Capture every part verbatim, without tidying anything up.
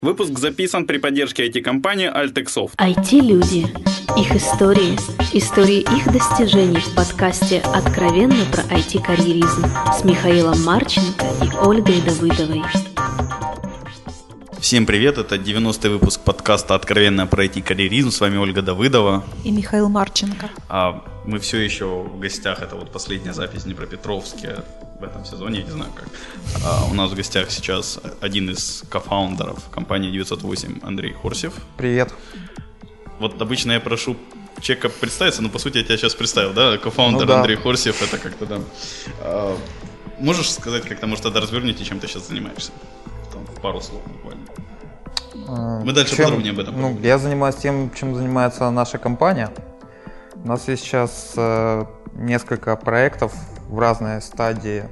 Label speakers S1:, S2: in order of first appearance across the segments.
S1: Выпуск записан при поддержке ай ти-компании Altexsoft.
S2: ай ти-люди. Их истории. Истории их достижений в подкасте «Откровенно про ай ти-карьеризм» с Михаилом Марченко и Ольгой Давыдовой.
S1: Всем привет, это девяностый выпуск подкаста «Откровенно про ай ти-карьеризм». С вами Ольга Давыдова.
S3: И Михаил Марченко.
S1: А мы все еще в гостях, это вот последняя запись в Днепропетровске в этом сезоне, я не знаю как. А у нас в гостях сейчас один из кофаундеров компании девятьсот восемь, Андрей Хорсев.
S4: Привет.
S1: Вот обычно я прошу человека представиться, но по сути я тебя сейчас представил, да? Кофаундер ну, да. Андрей Хорсев, это как-то да. А, можешь сказать как-то, может, тогда разверните, чем ты сейчас занимаешься? Там, пару слов буквально. А, Мы дальше чем, подробнее об этом
S4: ну, я занимаюсь тем, чем занимается наша компания. У нас есть сейчас э, несколько проектов в разной стадии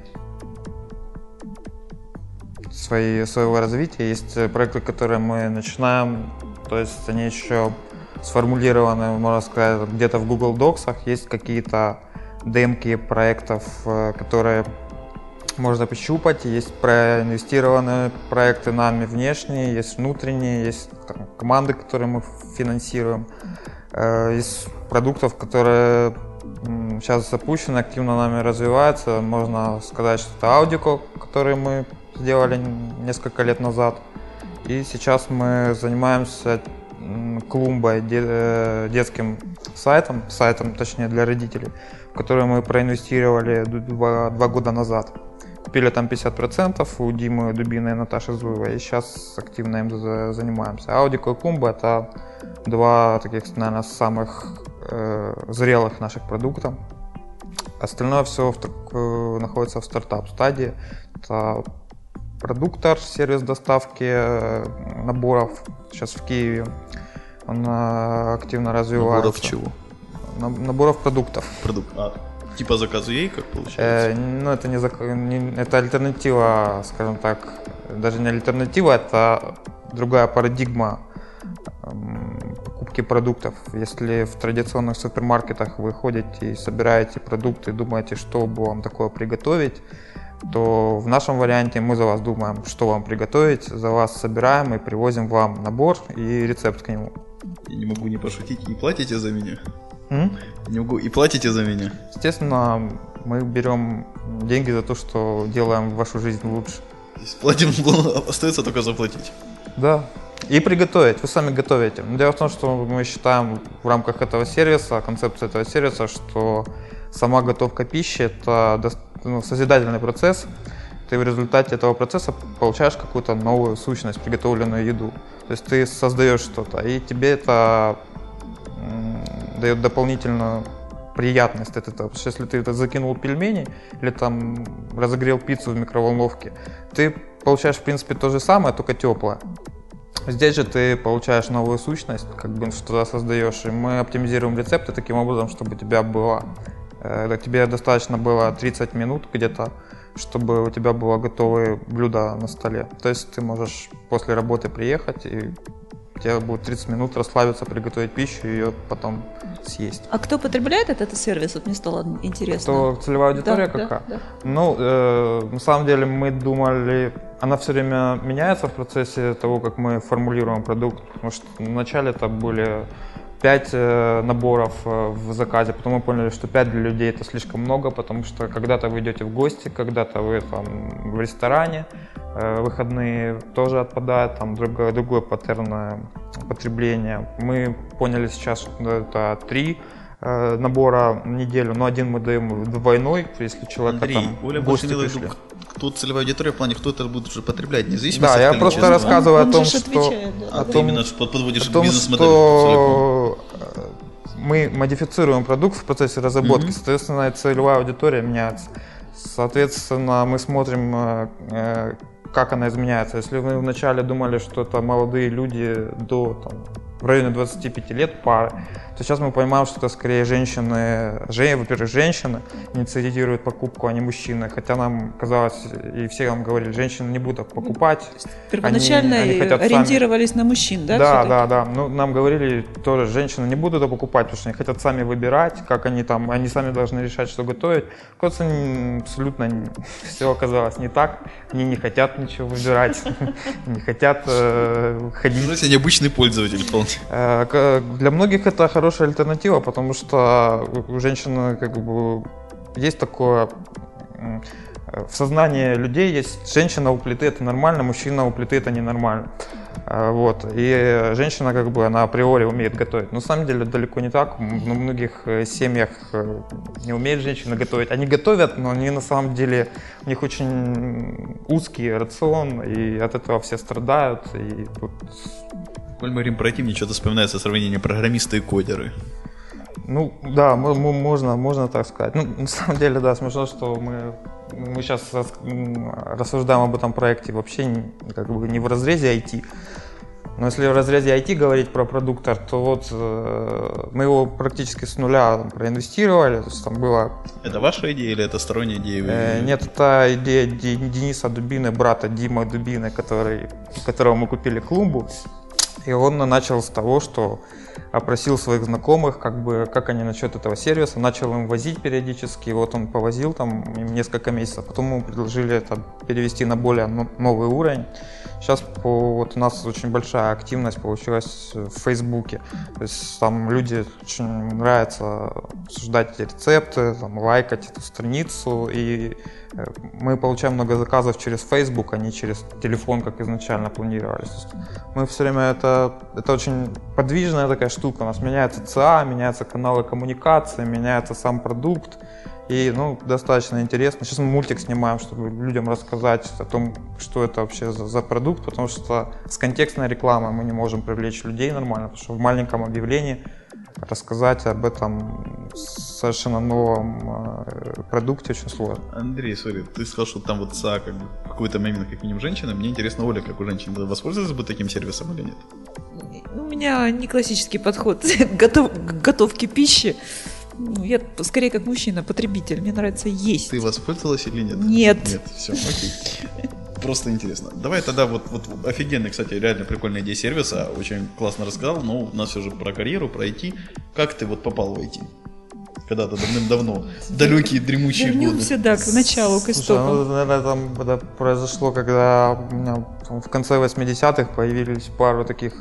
S4: своей, своего развития. Есть проекты, которые мы начинаем, то есть они еще сформулированы, можно сказать, где-то в Google Docs. Есть какие-то демки проектов, которые можно пощупать. Есть проинвестированные проекты нами внешние, есть внутренние, есть там, команды, которые мы финансируем. Из продуктов, которые сейчас запущены, активно нами развиваются, можно сказать, что это Audico, который мы сделали несколько лет назад. И сейчас мы занимаемся клумбой, детским сайтом, сайтом, точнее для родителей, в который мы проинвестировали два, два года назад. Купили там пятьдесят процентов у Димы Дубина и Наташи Зуевой, и сейчас активно им занимаемся. Audico и Клумба — это два таких, наверное, самых э, зрелых наших продукта. Остальное все в так, э, находится в стартап-стадии. Это продуктор, сервис доставки э, наборов. Сейчас в Киеве он э, активно развивается.
S1: Наборов чего?
S4: Наборов продуктов.
S1: Продукт. А, типа заказу ей, как получается?
S4: Э, ну, это, не, зак... не это альтернатива, скажем так, даже не альтернатива, это другая парадигма покупки продуктов. Если в традиционных супермаркетах вы ходите и собираете продукты, думаете, что бы вам такое приготовить, то в нашем варианте мы за вас думаем, что вам приготовить, за вас собираем и привозим вам набор и рецепт к нему.
S1: Я не могу не пошутить. И платите за меня?
S4: М?
S1: Я не могу. И платите за меня?
S4: Естественно, мы берем деньги за то, что делаем вашу жизнь лучше.
S1: Платим, остается только заплатить.
S4: Да. И приготовить. Вы сами готовите. Но дело в том, что мы считаем в рамках этого сервиса, концепции этого сервиса, что сама готовка пищи — это ну, созидательный процесс. Ты в результате этого процесса получаешь какую-то новую сущность, приготовленную еду. То есть ты создаешь что-то, и тебе это м, дает дополнительную приятность от этого. Потому что если ты это закинул пельмени или там разогрел пиццу в микроволновке, ты получаешь в принципе то же самое, только теплое. Здесь же ты получаешь новую сущность, как бы что-то создаешь, и мы оптимизируем рецепты таким образом, чтобы у тебя было, э, тебе достаточно было тридцать минут где-то, чтобы у тебя было готовое блюдо на столе. То есть ты можешь после работы приехать, и у тебя будет тридцать минут расслабиться, приготовить пищу и ее потом съесть.
S3: А кто потребляет этот сервис? Вот мне стало интересно.
S4: Кто целевая аудитория
S3: да,
S4: какая?
S3: Да, да.
S4: Ну, э, на самом деле мы думали, она все время меняется в процессе того, как мы формулируем продукт. Потому что вначале это были пять э, наборов э, в заказе, потом мы поняли, что пять для людей это слишком много, потому что когда-то вы идете в гости, когда-то вы там в ресторане, э, выходные тоже отпадают, там другое, другое паттерн потребления. Мы поняли сейчас, что это три э, набора в неделю, но один мы даем двойной, если человек там
S1: Оля
S4: в гости пришли.
S1: Кто целевая аудитория в плане, кто это будет уже потреблять, независимо
S4: да,
S1: от
S4: я просто рассказываю
S3: он,
S4: о том,
S3: он
S4: что,
S3: отвечает, да.
S4: о
S1: а
S4: том,
S1: именно подводишь
S4: о том,
S1: бизнес-модель
S4: что мы модифицируем продукт в процессе разработки, mm-hmm. соответственно, целевая аудитория меняется. Соответственно, мы смотрим, как она изменяется. Если вы вначале думали, что это молодые люди до там, в районе двадцати пяти лет пары, то сейчас мы понимаем, что это скорее женщины, жен, во-первых, женщины инициируют покупку, а не мужчины. Хотя нам казалось, и все нам говорили, женщины не будут покупать.
S3: Первоначально они, они ориентировались сами на мужчин, да?
S4: Да, да, да. Ну, нам говорили тоже, женщины не будут это покупать, потому что они хотят сами выбирать, как они там, они сами должны решать, что готовить. Кажется, абсолютно все оказалось не так. Они не хотят ничего выбирать, не хотят ходить.
S1: То есть они обычный пользователь вполне.
S4: Для многих это хорошая альтернатива, потому что у женщины как бы есть такое в сознании людей есть женщина у плиты это нормально, мужчина у плиты это ненормально. Вот. И женщина как бы она априори умеет готовить. Но на самом деле далеко не так. В многих семьях не умеют женщины готовить. Они готовят, но они на самом деле у них очень узкий рацион, и от этого все страдают. И вот...
S1: Коль мы говорим про ай ти, мне что-то вспоминается сравнение программисты и кодеры.
S4: Ну да, можно, можно так сказать. Ну, на самом деле, да, смешно, что мы, мы сейчас рассуждаем об этом проекте вообще как бы не в разрезе ай ти. Но если в разрезе ай ти говорить про продуктор, то вот э, мы его практически с нуля там, проинвестировали. То есть, там было...
S1: Это ваша идея или это сторонняя идея?
S4: Э, нет, это идея Дениса Дубины, брата Димы Дубины, который, которого мы купили клумбу. И он начал с того, что опросил своих знакомых, как бы, как они насчет этого сервиса, начал им возить периодически, вот он повозил там несколько месяцев, потом мы предложили это перевести на более новый уровень. Сейчас по, вот у нас очень большая активность получилась в Фейсбуке, то есть там люди очень нравится обсуждать эти рецепты, там, лайкать эту страницу, и мы получаем много заказов через Facebook, а не через телефон, как изначально планировались. Мы все время это, это очень подвижная такая штука. У нас меняется ЦА, меняются каналы коммуникации, меняется сам продукт. И ну, достаточно интересно. Сейчас мы мультик снимаем, чтобы людям рассказать о том, что это вообще за, за продукт, потому что с контекстной рекламой мы не можем привлечь людей нормально, потому что в маленьком объявлении рассказать об этом совершенно новом э, продукте очень сложно.
S1: Андрей, смотри, ты сказал, что там вот ЦА как бы в какой-то момент как минимум женщина. Мне интересно, Оля, как у женщин, воспользовалась бы таким сервисом или нет?
S3: У меня не классический подход к, готов, к готовке пищи. Ну, я скорее как мужчина, потребитель. Мне нравится есть.
S1: Ты воспользовалась или нет?
S3: Нет.
S1: Нет, все, окей. Просто интересно. Давай тогда вот, вот офигенный, кстати, реально прикольная идея сервиса. Очень классно рассказал, но у нас уже про карьеру, про ай ти. Как ты вот попал в ай ти? Когда-то давным-давно. Далекие, дремучие годы.
S3: Вернемся, да, к началу, к истокам.
S4: Слушай, ну, наверное, там это произошло, когда у меня в конце восьмидесятых появились пару таких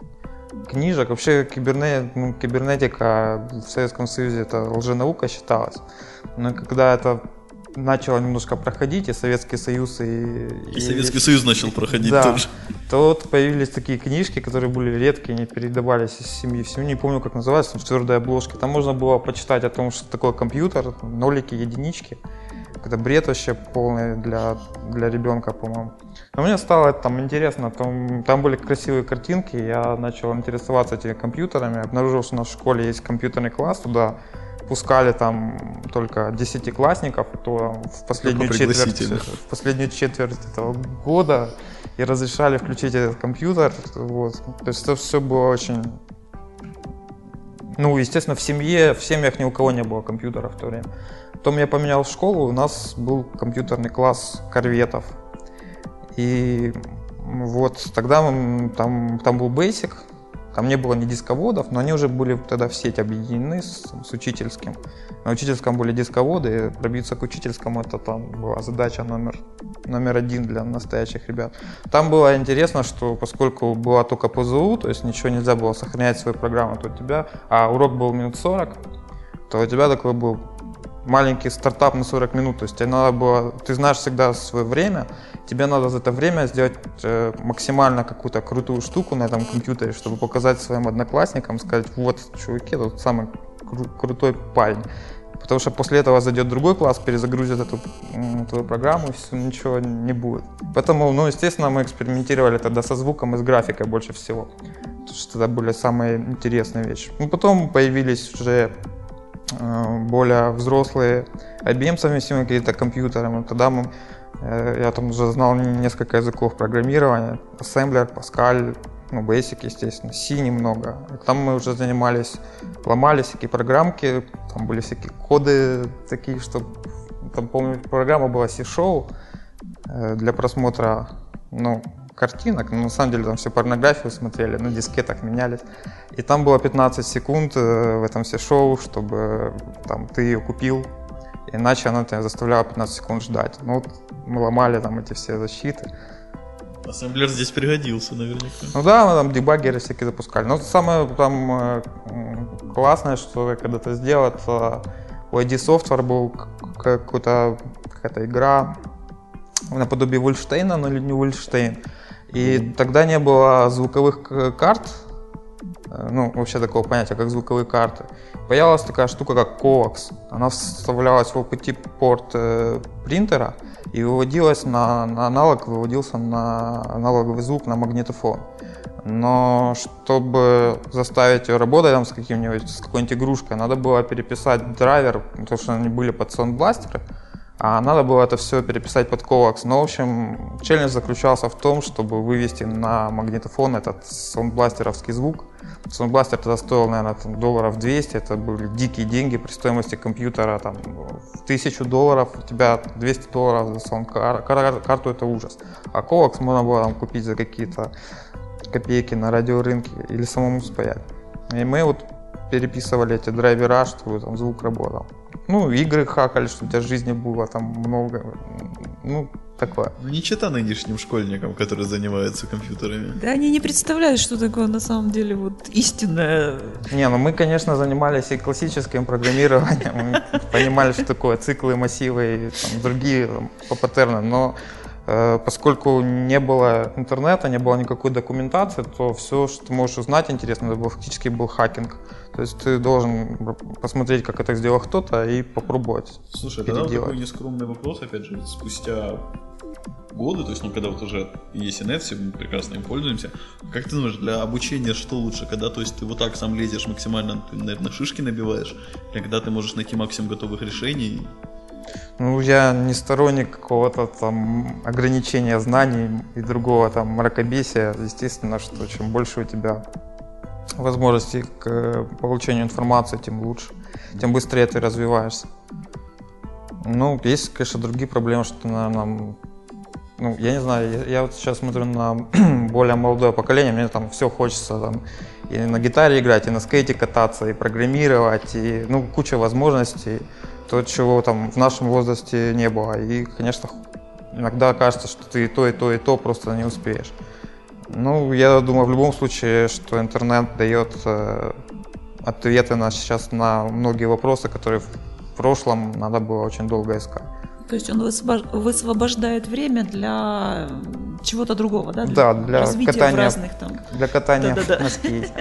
S4: книжек. Вообще киберне... ну, кибернетика в Советском Союзе это лженаука считалась. Но когда это начало немножко проходить, и Советский Союз, и...
S1: И, и Советский Союз начал проходить
S4: да,
S1: тоже.
S4: То вот появились такие книжки, которые были редкие, они передавались из семьи в семью, не помню, как называется, в твердой обложке. Там можно было почитать о том, что такое компьютер, нолики, единички. Это бред вообще полный для, для ребенка, по-моему. Но мне стало там интересно, там, там были красивые картинки, я начал интересоваться этими компьютерами, обнаружил, что у нас в школе есть компьютерный класс, туда пускали там только десятиклассников, и то в последнюю, четверть, в последнюю четверть этого года и разрешали включить этот компьютер. Вот. То есть это все было очень... Ну, естественно, в семье, в семьях ни у кого не было компьютера в то время. Потом я поменял школу, у нас был компьютерный класс корветов. И вот тогда мы, там, там был Basic, там не было ни дисководов, но они уже были тогда в сеть объединены с, с учительским. На учительском были дисководы, и пробиться к учительскому это там была задача номер, номер один для настоящих ребят. Там было интересно, что поскольку была только пэ зэ у, то есть ничего нельзя было сохранять свою программу, то у тебя, а урок был минут сорок, то у тебя такой был маленький стартап на сорок минут, то есть тебе надо было, ты знаешь всегда свое время, тебе надо за это время сделать э, максимально какую-то крутую штуку на этом компьютере, чтобы показать своим одноклассникам, сказать, вот, чуваки, тут самый кру- крутой парень. Потому что после этого зайдет другой класс, перезагрузит эту, эту программу, и все, ничего не будет. Поэтому, ну, естественно, мы экспериментировали тогда со звуком и с графикой больше всего, потому что тогда были самые интересные вещи. Ну, потом появились уже более взрослые ай би эм совместимые какие-то компьютеры. Тогда мы, я там уже знал несколько языков программирования: Assembler, Pascal, ну, Basic, естественно, C немного. И там мы уже занимались, ломали всякие программки, там были всякие коды такие, что, там, помню, программа была C-Show э, для просмотра, ну, картинок, но на самом деле там все порнографию смотрели, на дискетах менялись. И там было пятнадцать секунд в этом все шоу, чтобы там ты ее купил, иначе она тебя заставляла пятнадцать секунд ждать. Ну вот мы ломали там эти все защиты.
S1: Ассемблер здесь пригодился наверняка.
S4: Ну да, мы там дебаггеры всякие запускали. Но самое там классное, что я когда-то сделал, это у ай ди Software был какой-то, какая-то игра наподобие Wolfenstein, но не Wolfenstein. И тогда не было звуковых карт, ну, вообще такого понятия, как звуковые карты. Появилась такая штука, как коакс. Она вставлялась в о пи ти-порт э, принтера и выводилась на, на аналог, выводился на аналоговый звук на магнитофон. Но чтобы заставить ее работать там, с, каким-нибудь, с какой-нибудь игрушкой, надо было переписать драйвер, потому что они были под саундбластеры. А надо было это все переписать под коакс. Но, в общем, челлендж заключался в том, чтобы вывести на магнитофон этот саундбластеровский звук. Саундбластер тогда стоил, наверное, там, долларов двести. Это были дикие деньги при стоимости компьютера. Там, в тысячу долларов у тебя двести долларов за саундкарту — это ужас. А коакс можно было там купить за какие-то копейки на радиорынке или самому спаять. И мы вот переписывали эти драйвера, чтобы там звук работал. Ну, игры хакали, чтобы у тебя жизни было там много. Ну, такое.
S1: Ну, не чита нынешним школьникам, которые занимаются компьютерами.
S3: Да они не представляют, что такое на самом деле вот истинное.
S4: Не, ну мы, конечно, занимались и классическим программированием, мы понимали, что такое циклы, массивы и там, другие там, по паттернам, но э, поскольку не было интернета, не было никакой документации, то все, что ты можешь узнать интересно, это был, фактически был хакинг. То есть ты должен посмотреть, как это сделал кто-то, и попробовать.
S1: Слушай, тогда вот такой нескромный вопрос, опять же, спустя годы, то есть, ну, когда вот уже есть инет, все мы прекрасно им пользуемся. Как ты думаешь, для обучения что лучше? Когда, то есть, ты вот так сам лезешь максимально, ты, наверное, шишки набиваешь, когда ты можешь найти максимум готовых решений?
S4: Ну, я не сторонник какого-то там ограничения знаний и другого там мракобесия. Естественно, что чем больше у тебя возможностей к получению информации, тем лучше, тем быстрее ты развиваешься. Ну, есть, конечно, другие проблемы, что, наверное, ну, я не знаю, я, я вот сейчас смотрю на более молодое поколение, мне там все хочется там и на гитаре играть, и на скейте кататься, и программировать, и, ну, куча возможностей, то, чего там в нашем возрасте не было. И, конечно, иногда кажется, что ты и то, и то, и то просто не успеешь. Ну, я думаю, в любом случае, что интернет дает э, ответы на сейчас на многие вопросы, которые в прошлом надо было очень долго искать.
S3: То есть он высвобождает время для чего-то другого, да? Для,
S4: да, для
S3: развития
S4: катания,
S3: в разных там.
S4: Для катания
S3: Да-да-да.
S4: на скейте.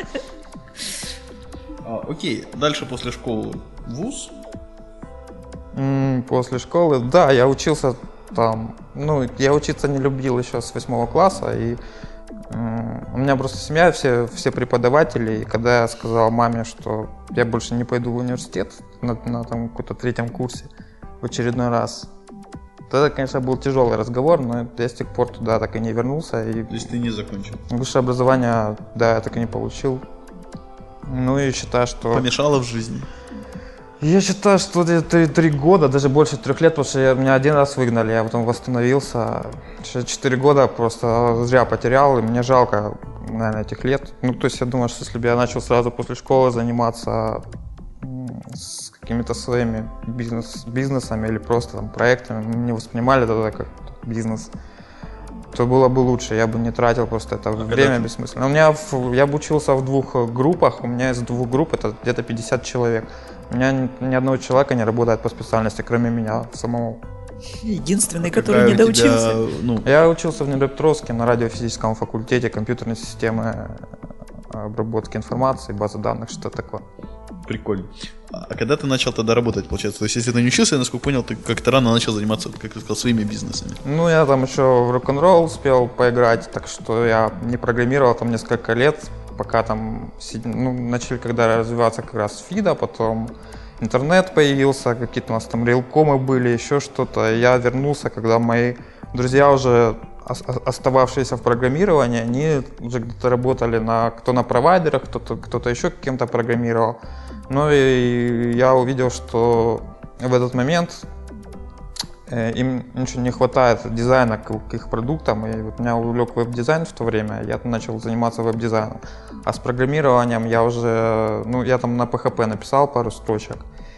S1: А, окей, дальше после школы вуз?
S4: М, После школы, да, я учился там, ну, я учиться не любил еще с восьмого класса, и м, у меня просто семья, все, все преподаватели, и когда я сказал маме, что я больше не пойду в университет на, на там каком-то третьем курсе в очередной раз, тогда, конечно, был тяжелый разговор, но я с тех пор туда так и не вернулся. И
S1: то есть ты не закончил?
S4: Высшее образование, да, я так и не получил. Ну и считаю, что...
S1: Помешало в жизни?
S4: Я считаю, что три, три года, даже больше трех лет, потому что я, меня один раз выгнали, я потом восстановился. Четыре года просто зря потерял, и мне жалко, наверное, этих лет. Ну, то есть я думаю, что если бы я начал сразу после школы заниматься с какими-то своими бизнес, бизнесами или просто там, проектами, мы не воспринимали тогда как бизнес, то было бы лучше, я бы не тратил просто это а время бессмысленно. У меня, в, я обучился в двух группах, у меня из двух групп это где-то пятьдесят человек. У меня ни, ни одного человека не работает по специальности, кроме меня самого.
S3: Единственный,
S1: а
S3: который не доучился.
S1: Тебя, ну...
S4: Я учился в Днепропетровске на радиофизическом факультете компьютерной системы обработки информации, базы данных, что такое.
S1: Прикольно. А когда ты начал тогда работать, получается? То есть, если ты не учился, я, насколько понял, ты как-то рано начал заниматься, как ты сказал, своими бизнесами.
S4: Ну, я там еще в рок-н-ролл успел поиграть, так что я не программировал там несколько лет, пока там ну, начали когда развиваться как раз фида, потом интернет появился, какие-то у нас там рейлкомы были, еще что-то. Я вернулся, когда мои друзья уже остававшиеся в программировании, они уже где-то работали на, кто на провайдерах, кто-то, кто-то еще кем-то программировал. Ну и я увидел, что в этот момент им ничего не хватает дизайна к, к их продуктам, и вот меня увлек веб-дизайн в то время, я начал заниматься веб-дизайном. А с программированием я уже, ну я там на пи эйч пи написал пару строчек,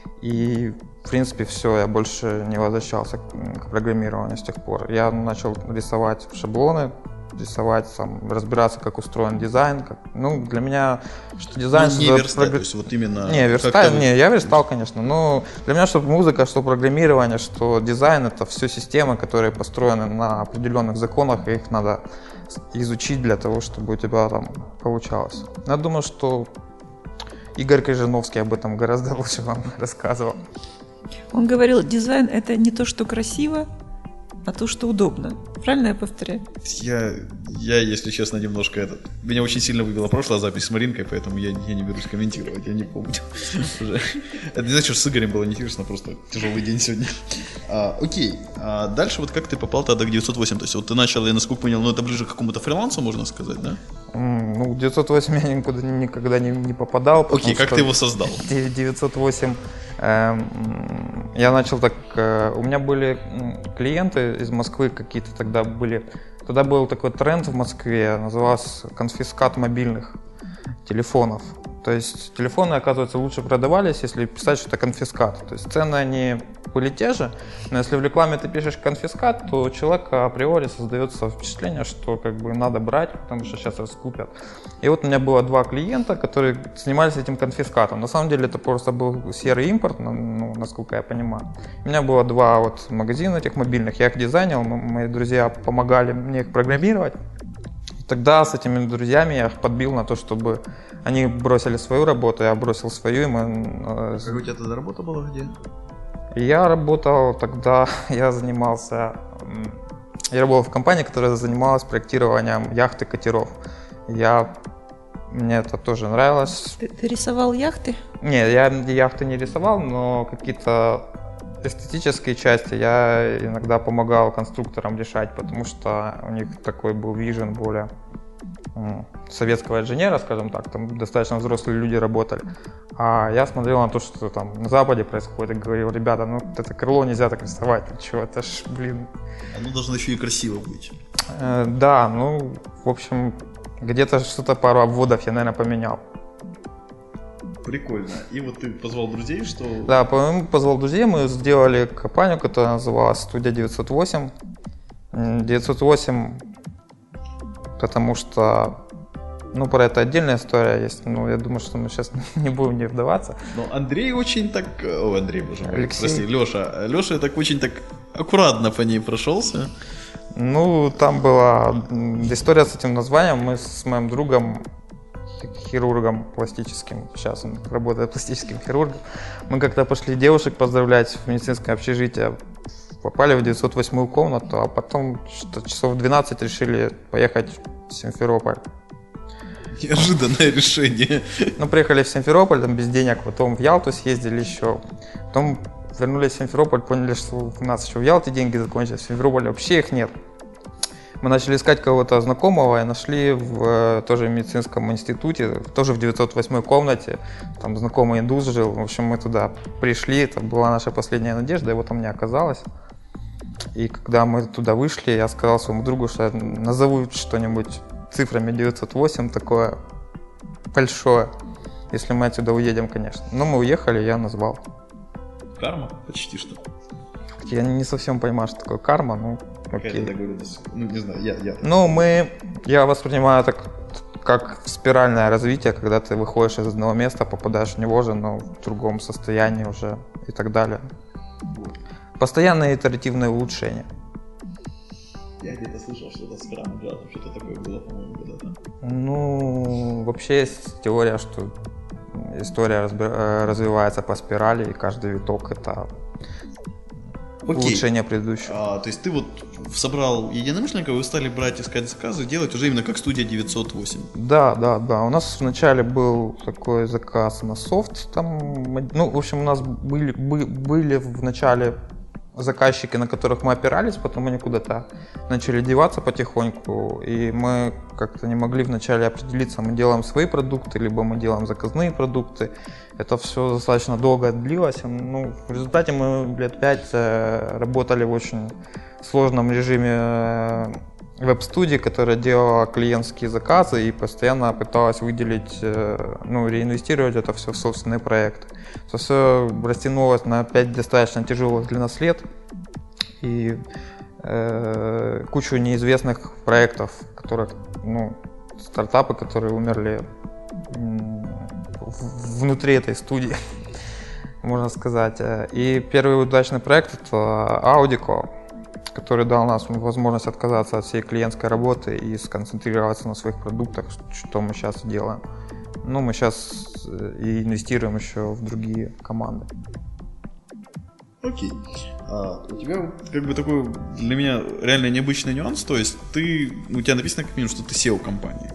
S4: и в принципе все, я больше не возвращался к, к программированию с тех пор. Я начал рисовать шаблоны, рисовать, там, разбираться, как устроен дизайн. Как... Ну, для меня, что дизайн...
S1: Ну, не
S4: что
S1: верстать, прогр... то есть вот именно...
S4: Не, верстать, не, я верстал, конечно, но для меня, что музыка, что программирование, что дизайн, это все системы, которые построены на определенных законах, и их надо изучить для того, чтобы у тебя там получалось. Я думаю, что Игорь Крижановский об этом гораздо лучше вам рассказывал.
S3: Он говорил, дизайн — это не то, что красиво, а то, что удобно. Правильно я повторяю?
S1: Я, я, если честно, немножко этот... Меня очень сильно выбила прошлая запись с Маринкой, поэтому я, я не берусь комментировать, я не помню уже. Это не значит, что с Игорем было неинтересно, просто тяжелый день сегодня. А, окей, а дальше вот как ты попал тогда к девятьсот восемь? То есть вот ты начал, я насколько понял, ну это ближе к какому-то фрилансу, можно сказать, да?
S4: Mm, ну, девятьсот восемь я никуда, никогда не, не попадал.
S1: Окей, как ты его создал?
S4: девятьсот восемь... Э, я начал так... Э, у меня были клиенты из Москвы какие-то тогда были. Тогда был такой тренд в Москве, назывался конфискат мобильных телефонов. То есть телефоны, оказывается, лучше продавались, если писать, что это конфискат. То есть цены они были те же, но если в рекламе ты пишешь конфискат, то у человека априори создается впечатление, что как бы надо брать, потому что сейчас раскупят. И вот у меня было два клиента, которые занимались этим конфискатом. На самом деле это просто был серый импорт, ну, насколько я понимаю. У меня было два вот магазина этих мобильных, я их дизайнил, мои друзья помогали мне их программировать. Тогда с этими друзьями я их подбил на то, чтобы они бросили свою работу, я бросил свою. И мы...
S1: Как у тебя тогда работа была где?
S4: Я работал тогда, я занимался, я работал в компании, которая занималась проектированием яхт и катеров. Я, мне это тоже нравилось.
S3: Ты, ты рисовал яхты?
S4: Не, я яхты не рисовал, но какие-то эстетические части я иногда помогал конструкторам решать, потому что у них такой был вижен более советского инженера, скажем так, там достаточно взрослые люди работали. А я смотрел на то, что там на Западе происходит, и говорил, ребята, ну это крыло нельзя так рисовать, чего, это ж, блин.
S1: Оно должно еще и красиво быть.
S4: Э, да, ну, в общем, где-то что-то пару обводов я, наверное, поменял.
S1: Прикольно. И вот ты позвал друзей, что...
S4: Да, позвал друзей, мы сделали компанию, которая называлась «Студия девятьсот восемь». девятьсот восемь, потому что, ну, про это отдельная история есть, но я думаю, что мы сейчас не будем в нее вдаваться.
S1: Но Андрей очень так... О, Андрей, боже мой,
S4: Алексей.
S1: Прости, Леша. Леша так очень так аккуратно по ней прошелся.
S4: Ну, там была история с этим названием. Мы с моим другом, хирургом пластическим, сейчас он работает пластическим хирургом, мы как-то пошли девушек поздравлять в медицинское общежитие, попали в девятьсот восьмую комнату, а потом что часов в двенадцать решили поехать в Симферополь.
S1: Неожиданное решение.
S4: Ну, приехали в Симферополь, там без денег, потом в Ялту съездили еще, потом вернулись в Симферополь, поняли, что у нас еще в Ялте деньги закончились, в Симферополе вообще их нет. Мы начали искать кого-то знакомого и нашли в тоже в медицинском институте, тоже в девятьсот восьмой комнате, там знакомый индус жил, в общем, мы туда пришли, это была наша последняя надежда, его там не оказалось. И когда мы туда вышли, я сказал своему другу, что я назову что-нибудь цифрами девятьсот восемь, такое большое, если мы отсюда уедем, конечно. Но мы уехали, я назвал.
S1: Карма? Почти что.
S4: Я не совсем понимаю, что такое карма, ну окей.
S1: Ну, не знаю, я... я...
S4: Ну, мы, я воспринимаю это как спиральное развитие, когда ты выходишь из одного места, попадаешь в него же, но в другом состоянии уже и так далее. Постоянное итеративное улучшение.
S1: Я где-то слышал, что это спиральный град, что-то такое было, по-моему, когда-то.
S4: Ну, вообще есть теория, что история разби- развивается по спирали, и каждый виток — это
S1: Окей.
S4: улучшение предыдущего.
S1: А, то есть ты вот собрал единомышленников, вы стали брать, искать заказы, делать уже именно как студия девятьсот восемь.
S4: Да, да, да. У нас вначале был такой заказ на софт. Там, ну, в общем, у нас были, были в начале заказчики, на которых мы опирались, потом они куда-то начали деваться потихоньку, и мы как-то не могли вначале определиться, мы делаем свои продукты, либо мы делаем заказные продукты. Это все достаточно долго длилось. Ну, в результате мы лет пять работали в очень сложном режиме веб-студии, которая делала клиентские заказы и постоянно пыталась выделить, ну, реинвестировать это все в собственные проекты. Это все растянулось на пять достаточно тяжелых для нас лет и э, кучу неизвестных проектов, которых, ну, стартапы, которые умерли внутри этой студии, можно сказать. И первый удачный проект — это Audico, который дал нам возможность отказаться от всей клиентской работы и сконцентрироваться на своих продуктах, что мы сейчас делаем. Ну, мы сейчас и инвестируем еще в другие команды.
S1: Окей. А, у тебя как бы такой для меня реально необычный нюанс, то есть ты, у тебя написано как минимум, что ты сео компании.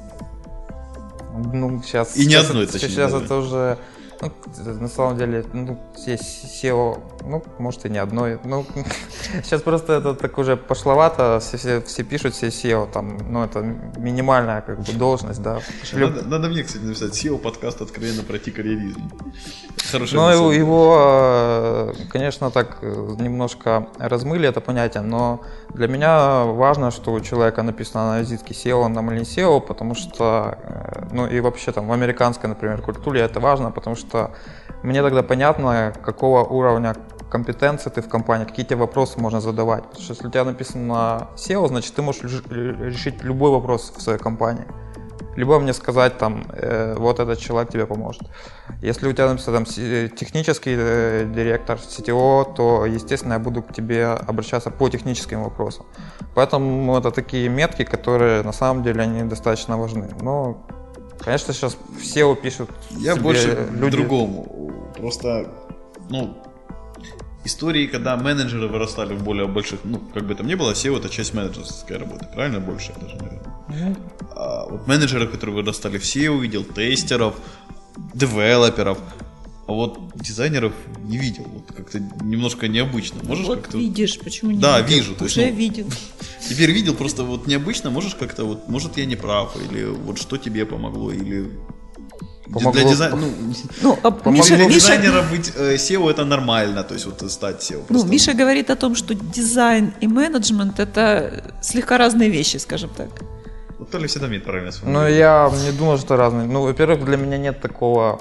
S4: Ну, сейчас...
S1: И не
S4: сейчас,
S1: одной,
S4: точнее.
S1: точнее.
S4: Сейчас
S1: даже.
S4: это уже... Ну, на самом деле, ну, есть сео, ну, может и не одной. Ну, сейчас просто это так уже пошловато, все, все, все пишут все сео, там, ну, это минимальная как бы должность, да.
S1: Надо, надо мне, кстати, написать сео подкаст откровенно про ай ти-карьеризм. Хорошая
S4: Ну, его,
S1: мысль.
S4: его, конечно, так немножко размыли это понятие, но для меня важно, что у человека написано на визитке сео, на или не сео, потому что, ну, и вообще там в американской, например, культуре это важно, потому что что мне тогда понятно, какого уровня компетенции ты в компании, какие тебе вопросы можно задавать. Потому что если у тебя написано сео, значит ты можешь решить любой вопрос в своей компании. Либо мне сказать, там, э, вот этот человек тебе поможет. Если у тебя написано там технический э, директор, си ти о, то, естественно, я буду к тебе обращаться по техническим вопросам. Поэтому это такие метки, которые на самом деле они достаточно важны. Но конечно, сейчас в сео пишут.
S1: Я больше люди... к другому. Просто, ну, истории, когда менеджеры вырастали в более больших, ну, как бы там ни было, сео — это часть менеджерской работы, правильно? Больше даже, наверное. Mm-hmm. А вот менеджеры, которые вырастали в сео, видел тестеров, девелоперов, а вот дизайнеров не видел. Вот как-то немножко необычно. Можешь
S3: вот
S1: как-то...
S3: видишь, почему не
S1: да,
S3: видел?
S1: вижу. То есть,
S3: уже
S1: ну,
S3: видел.
S1: Теперь видел, просто вот необычно. Можешь как-то вот, может, я не прав, или вот что тебе помогло, или
S4: помогло.
S1: Для дизайнера, ну,
S3: ну, а
S1: помогло
S3: Миша,
S1: для
S3: Миша...
S1: дизайнера быть э, сео — это нормально, то есть вот стать сео.
S3: Ну,
S1: просто.
S3: Миша говорит о том, что дизайн и менеджмент — это слегка разные вещи, скажем так.
S1: Вот то ли всегда имеет правильно
S4: Ну,
S1: сформулировать.
S4: я не думаю, что разные. Ну, во-первых, для меня нет такого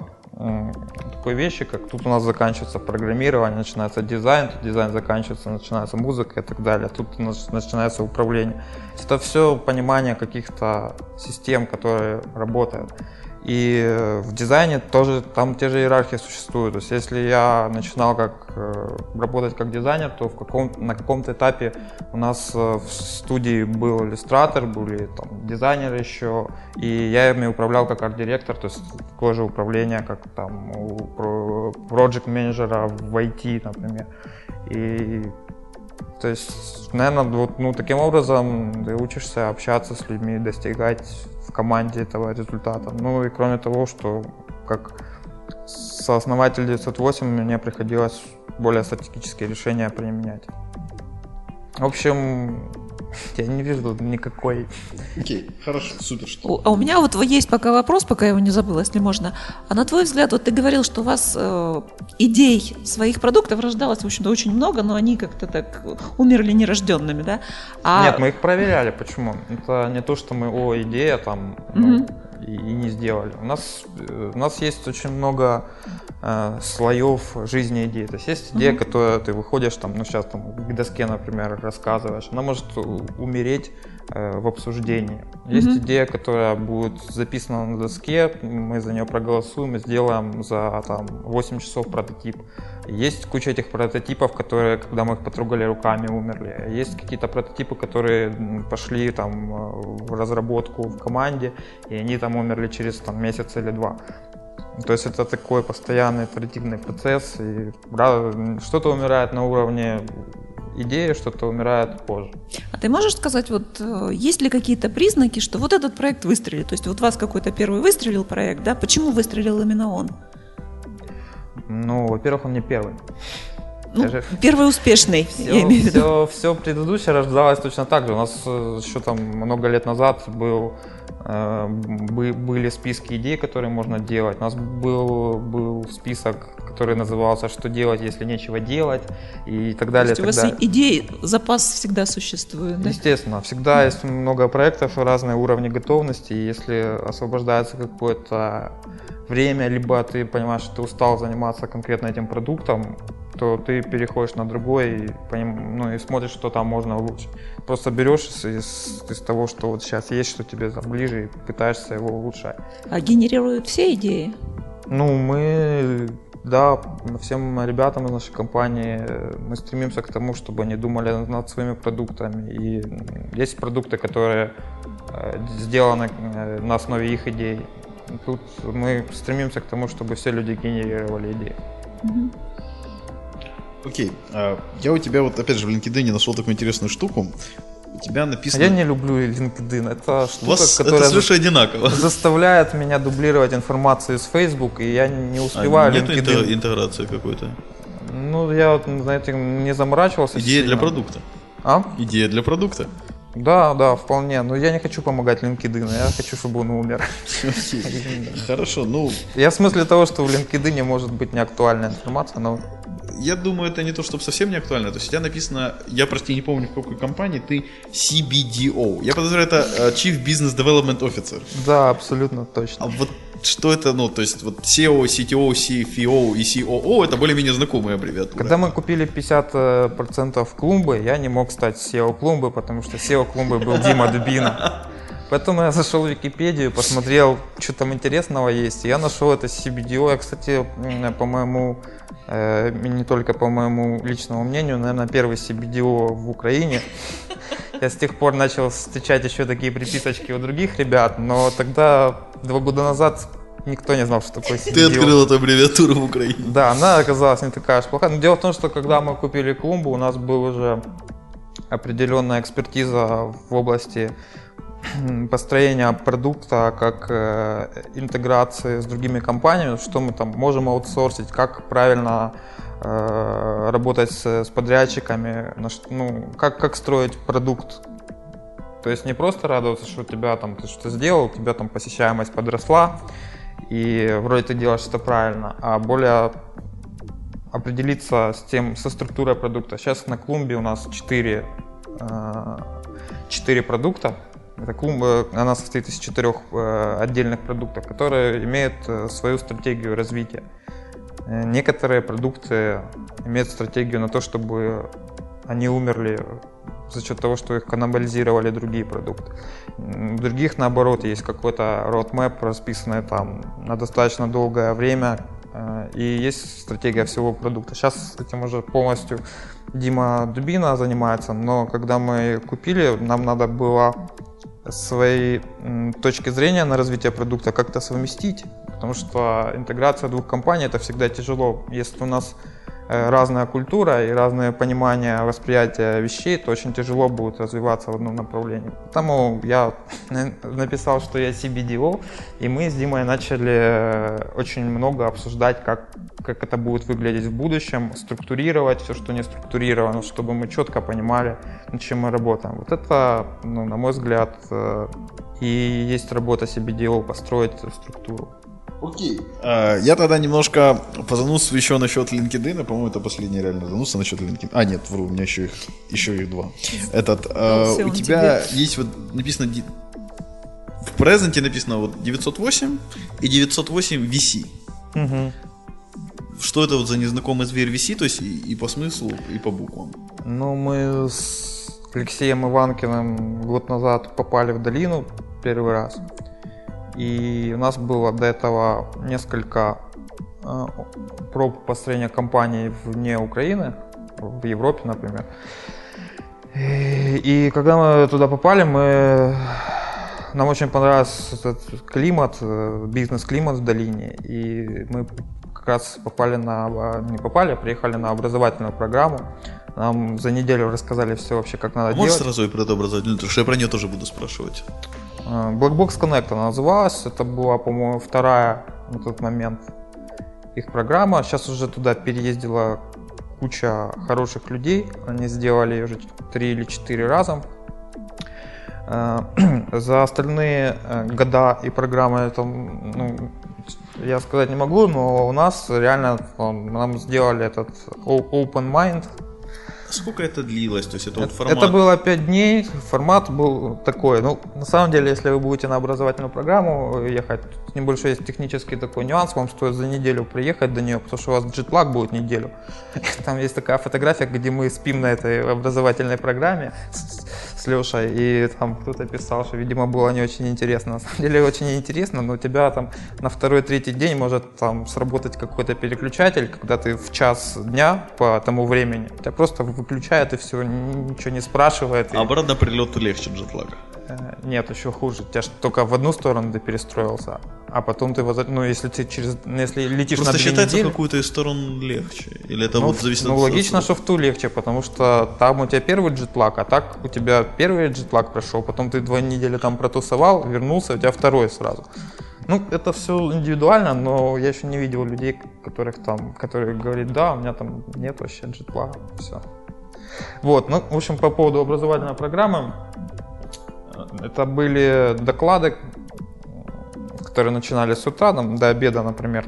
S4: такой вещи, как тут у нас заканчивается программирование, начинается дизайн, тут дизайн заканчивается, начинается музыка и так далее, тут у нас начинается управление. Это все понимание каких-то систем, которые работают. И в дизайне тоже там те же иерархии существуют. То есть если я начинал как, работать как дизайнер, то в каком, на каком-то этапе у нас в студии был иллюстратор, были там дизайнеры еще, и я ими управлял как арт-директор, то есть такое же управление, как там у проект-менеджера в ай ти, например. И то есть, наверное, вот, ну, таким образом ты учишься общаться с людьми, достигать в команде этого результата. Ну и кроме того, что как сооснователь девятьсот восемь мне приходилось более стратегические решения применять. В общем, я не вижу никакой.
S1: Окей, хорошо, супер. Что...
S3: А у меня вот есть пока вопрос, пока я его не забыла, если можно. А на твой взгляд, вот ты говорил, что у вас э, идей своих продуктов рождалось, в общем-то, очень много, но они как-то так умерли нерожденными, да? А...
S4: Нет, мы их проверяли. Почему? Это не то, что мы, о, идея там, ну, угу. и, и не сделали. У нас, у нас есть очень много э, слоев жизни идеи. То есть есть идея, угу. которая ты выходишь, там, ну сейчас там к доске, например, рассказываешь, она может умереть э, в обсуждении. Есть mm-hmm. идея, которая будет записана на доске, мы за нее проголосуем и сделаем за там, восемь часов прототип. Есть куча этих прототипов, которые, когда мы их потрогали руками, умерли. Есть какие-то прототипы, которые пошли там, в разработку в команде, и они там умерли через там, месяц или два. То есть это такой постоянный итеративный процесс, и что-то умирает на уровне идеи, что-то умирает позже.
S3: А ты можешь сказать, вот есть ли какие-то признаки, что вот этот проект выстрелит? То есть вот у вас какой-то первый выстрелил проект, да? Почему выстрелил именно он?
S4: Ну, во-первых, он не первый.
S3: Ну, же... Первый успешный,
S4: все,
S3: я имею в виду.
S4: Все, все предыдущее рождалось точно так же. У нас еще там много лет назад был, э, были списки идей, которые можно делать. У нас был, был список, который назывался «Что делать, если нечего делать?» и так далее.
S3: То есть у вас идей, запас всегда существует, да?
S4: Естественно. Всегда есть много проектов, разные уровни готовности. И если освобождается какое-то время, либо ты понимаешь, что ты устал заниматься конкретно этим продуктом, то ты переходишь на другой и, поним, ну, и смотришь, что там можно улучшить. Просто берешь из, из того, что вот сейчас есть, что тебе там ближе, и пытаешься его улучшать.
S3: А генерируют все идеи?
S4: Ну, мы, да, всем ребятам из нашей компании мы стремимся к тому, чтобы они думали над своими продуктами. И есть продукты, которые сделаны на основе их идей. Тут мы стремимся к тому, чтобы все люди генерировали идеи.
S3: Mm-hmm.
S1: Окей, okay. Я у тебя вот опять же в LinkedIn нашел такую интересную штуку. У тебя написано...
S4: Я не люблю LinkedIn. Это штука,
S1: вас
S4: которая
S1: это совершенно одинаково.
S4: Заставляет меня дублировать информацию из Facebook, и я не успеваю.
S1: А нет
S4: LinkedIn.
S1: Интеграции какой-то?
S4: Ну, я вот, знаете, не заморачивался.
S1: Идея
S4: сильно.
S1: Для продукта.
S4: А?
S1: Идея для продукта.
S4: Да, да, вполне. Но я не хочу помогать LinkedIn, я хочу, чтобы он умер.
S1: Хорошо, ну...
S4: Я в смысле того, что в LinkedIn может быть неактуальная информация, но...
S1: Я думаю, это не то, чтобы совсем не актуально. То есть у тебя написано, я, прости, не помню, в какой компании, ты си би ди о. Я подозреваю, это Chief Business Development Officer.
S4: Да, абсолютно точно.
S1: А вот что это, ну, то есть вот си и о, си ти о, си эф о и си о о это более-менее знакомые аббревиатуры.
S4: Когда мы купили пятьдесят процентов Клумбы, я не мог стать си и о Клумбы, потому что си и о Клумбы был Дима Дубина. Поэтому я зашел в Википедию, посмотрел, что там интересного есть. И я нашел это си би ди о. Я, кстати, по моему, э, не только по моему личному мнению, наверное, первый си би ди о в Украине. Я с тех пор начал встречать еще такие приписочки у других ребят, но тогда, два года назад, никто не знал, что такое си би ди о.
S1: Ты открыл эту аббревиатуру в Украине.
S4: Да, она оказалась не такая уж плохая. Но дело в том, что когда мы купили Клумбу, у нас была уже определенная экспертиза в области построения продукта, как э, интеграции с другими компаниями, что мы там можем аутсорсить, как правильно э, работать с, с подрядчиками, ну, как, как строить продукт. То есть не просто радоваться, что у тебя там ты что-то сделал, у тебя там посещаемость подросла, и вроде ты делаешь что-то правильно, а более определиться с тем, со структурой продукта. Сейчас на Клумбе у нас четыре, четыре продукта. Эта Клумба, она состоит из четырех э, отдельных продуктов, которые имеют э, свою стратегию развития. Э, некоторые продукты имеют стратегию на то, чтобы они умерли за счет того, что их каннибализировали другие продукты. У других, наоборот, есть какой-то roadmap, расписанный там на достаточно долгое время, э, и есть стратегия всего продукта. Сейчас этим уже полностью Дима Дубина занимается, но когда мы купили, нам надо было своей точки зрения на развитие продукта как-то совместить, потому что интеграция двух компаний — это всегда тяжело. Если у нас разная культура и разное понимание восприятия вещей, то очень тяжело будет развиваться в одном направлении. Поэтому я написал, что я си би ди о, и мы с Димой начали очень много обсуждать, как, как это будет выглядеть в будущем, структурировать все, что не структурировано, чтобы мы четко понимали, над чем мы работаем. Вот это, ну, на мой взгляд, и есть работа си би ди о — построить эту структуру.
S1: Окей. А, я тогда немножко позанусываю еще насчет LinkedIn. По-моему, это последний реально занус насчет LinkedIn. А, нет, вру, у меня еще их, еще их два. Этот, а, у тебя тебе. Есть вот написано в презенте написано вот девятьсот восемь и девятьсот восемь ви си.
S4: Угу.
S1: Что это вот за незнакомый зверь ви си, то есть и, и по смыслу, и по буквам?
S4: Ну, мы с Алексеем Иванкиным год назад попали в долину первый раз. И у нас было до этого несколько э, проб построения компаний вне Украины, в Европе, например. И, и когда мы туда попали, мы, нам очень понравился этот климат, бизнес-климат в долине. И мы как раз попали на, не попали, а приехали на образовательную программу. Нам за неделю рассказали все вообще, как надо а делать.
S1: Можешь сразу и про это образовательную, потому что я про нее тоже буду спрашивать.
S4: Blackbox Connect она называлась, это была, по-моему, вторая на тот момент их программа. Сейчас уже туда переездила куча хороших людей, они сделали ее уже три или четыре раза. За остальные года и программы там, ну, я сказать не могу, но у нас реально нам сделали этот open mind.
S1: Сколько это длилось? То есть это,
S4: это,
S1: вот формат...
S4: это было пять дней, формат был такой. Ну, на самом деле, если вы будете на образовательную программу ехать, небольшой есть технический такой нюанс, вам стоит за неделю приехать до нее, потому что у вас джетлаг будет неделю. Там есть такая фотография, где мы спим на этой образовательной программе с, с Лешей, и там кто-то писал, что, видимо, было не очень интересно. На самом деле очень интересно, но у тебя там на второй-третий день может там сработать какой-то переключатель, когда ты в час дня по тому времени, тебя просто выключает и все, ничего не спрашивает.
S1: А обратно прилету легче джетлага?
S4: Нет, еще хуже. У тебя только в одну сторону ты перестроился, а потом ты, воз... ну, если ты через, если летишь
S1: просто
S4: на две
S1: считается
S4: недели...
S1: в какую-то из сторон легче? Или это
S4: ну,
S1: вот зависит
S4: ну,
S1: от...
S4: логично, что в ту легче, потому что там у тебя первый джетлаг, а так у тебя первый джетлаг прошел, потом ты два недели там протусовал, вернулся, у тебя второй сразу. Ну, это все индивидуально, но я еще не видел людей, которых там, которые говорят, да, у меня там нет вообще джетлага, все. Вот, ну, в общем, по поводу образовательной программы, это были доклады, которые начинались с утра, там, до обеда, например.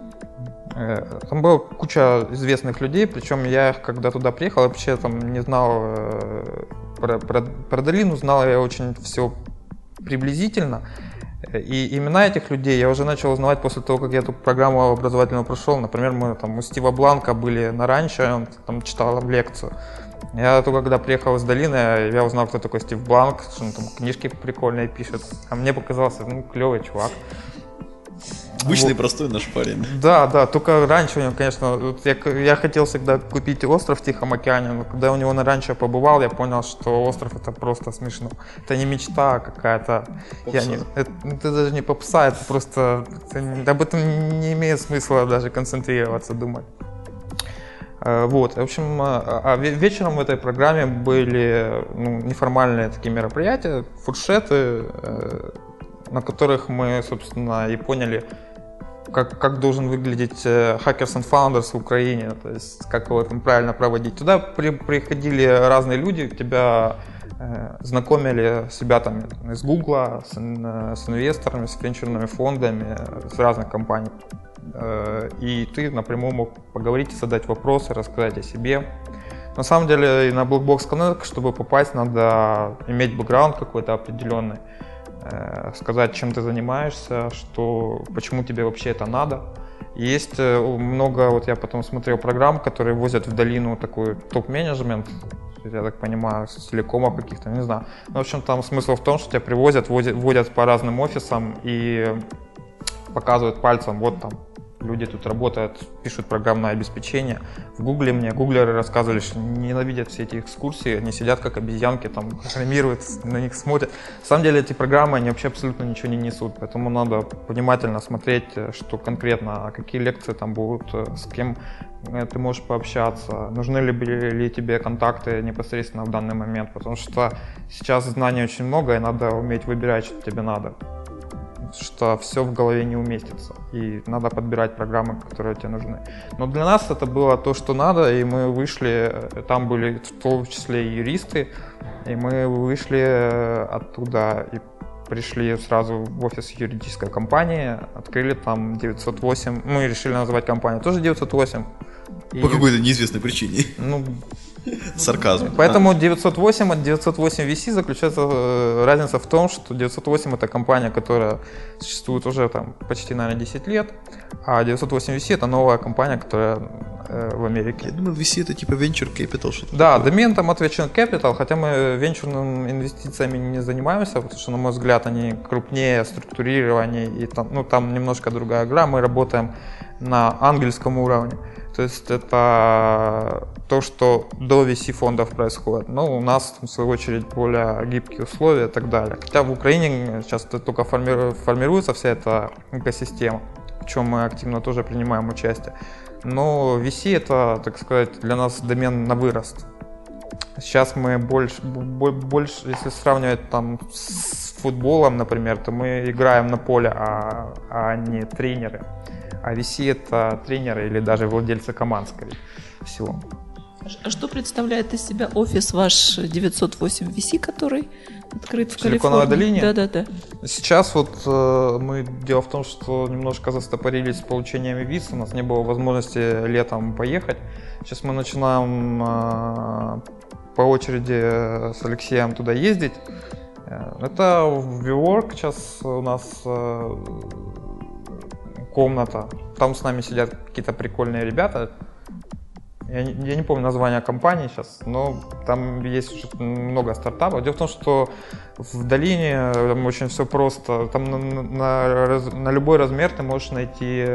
S4: Там была куча известных людей, причем я, когда туда приехал, вообще там не знал про, про, про долину, знал я очень все приблизительно. И имена этих людей я уже начал узнавать после того, как я эту программу образовательную прошел. Например, мы там у Стива Бланка были на ранчо, он там читал лекцию. Я только когда приехал из долины, я узнал, кто такой Стив Бланк, что он там книжки прикольные пишет. А мне показался, ну, клевый чувак.
S1: Обычный,
S4: вот.
S1: Простой наш парень.
S4: Да, да, только раньше у него, конечно, вот я, я хотел всегда купить остров в Тихом океане, но когда у него на ранчо побывал, я понял, что остров это просто смешно. Это не мечта какая-то. Я не, это, это даже не попса, это просто, это, об этом не имеет смысла даже концентрироваться, думать. Вот, в общем, а вечером в этой программе были, ну, неформальные такие мероприятия, фуршеты, на которых мы, собственно, и поняли, как, как должен выглядеть Hackers and Founders в Украине, то есть как его там правильно проводить. Туда при, приходили разные люди, тебя э, знакомили себя там из Гугла, с, с инвесторами, с венчурными фондами, с разных компаний. И ты напрямую мог поговорить, задать вопросы, рассказать о себе. На самом деле и на Blackbox Connect, чтобы попасть, надо иметь бэкграунд какой-то определенный, сказать, чем ты занимаешься, что, почему тебе вообще это надо. Есть много, вот я потом смотрел программ, которые возят в долину такой топ-менеджмент, я так понимаю, с телекомов каких-то, не знаю. Ну, в общем, там смысл в том, что тебя привозят, водят, водят по разным офисам и показывают пальцем, вот там люди тут работают, пишут программное обеспечение. В Гугле мне гуглеры рассказывали, что ненавидят все эти экскурсии, они сидят как обезьянки, там программируют, на них смотрят. На самом деле эти программы, они вообще абсолютно ничего не несут, поэтому надо внимательно смотреть, что конкретно, какие лекции там будут, с кем ты можешь пообщаться, нужны ли, ли тебе контакты непосредственно в данный момент, потому что сейчас знаний очень много, и надо уметь выбирать, что тебе надо. Что все в голове не уместится, и надо подбирать программы, которые тебе нужны. Но для нас это было то, что надо, и мы вышли, там были в том числе и юристы, и мы вышли оттуда и пришли сразу в офис юридической компании, открыли там девятьсот восемь, мы решили назвать компанию тоже девятьсот восемь.
S1: По и... какой-то неизвестной причине.
S4: Ну,
S1: сарказм.
S4: Поэтому девятьсот восемь от девятьсот восемь ви си заключается разница в том, что девятьсот восемь это компания, которая существует уже там почти, наверное, десять лет, а девятьсот восемь ви си это новая компания, которая э, в Америке.
S1: Я думаю, ви си это типа Venture Capital, что-то
S4: Да,
S1: такое.
S4: домен там от Venture Capital, хотя мы венчурными инвестициями не занимаемся, потому что, на мой взгляд, они крупнее, структурированнее, и там, ну, там немножко другая игра, мы работаем на ангельском уровне. То есть это то, что до ви си фондов происходит. Но у нас, в свою очередь, более гибкие условия и так далее. Хотя в Украине сейчас только формируется вся эта экосистема, в чем мы активно тоже принимаем участие. Но ви си это, так сказать, для нас домен на вырост. Сейчас мы больше, больше, если сравнивать там с футболом, например, то мы играем на поле, а, а не тренеры. а ви си это тренеры или даже владельцы команд, скорее всего.
S3: А что представляет из себя офис ваш девятьсот восемь ви си, который открыт в, в
S4: Силиконовой долине?
S3: Да, да, да.
S4: Сейчас вот э, мы, дело в том, что немножко застопорились с получением виз, у нас не было возможности летом поехать. Сейчас мы начинаем э, по очереди с Алексеем туда ездить. Это в WeWork сейчас у нас э, комната, там с нами сидят какие-то прикольные ребята. Я не, я не помню название компании сейчас, но там есть много стартапов. Дело в том, что в долине там очень все просто. Там на, на, на любой размер ты можешь найти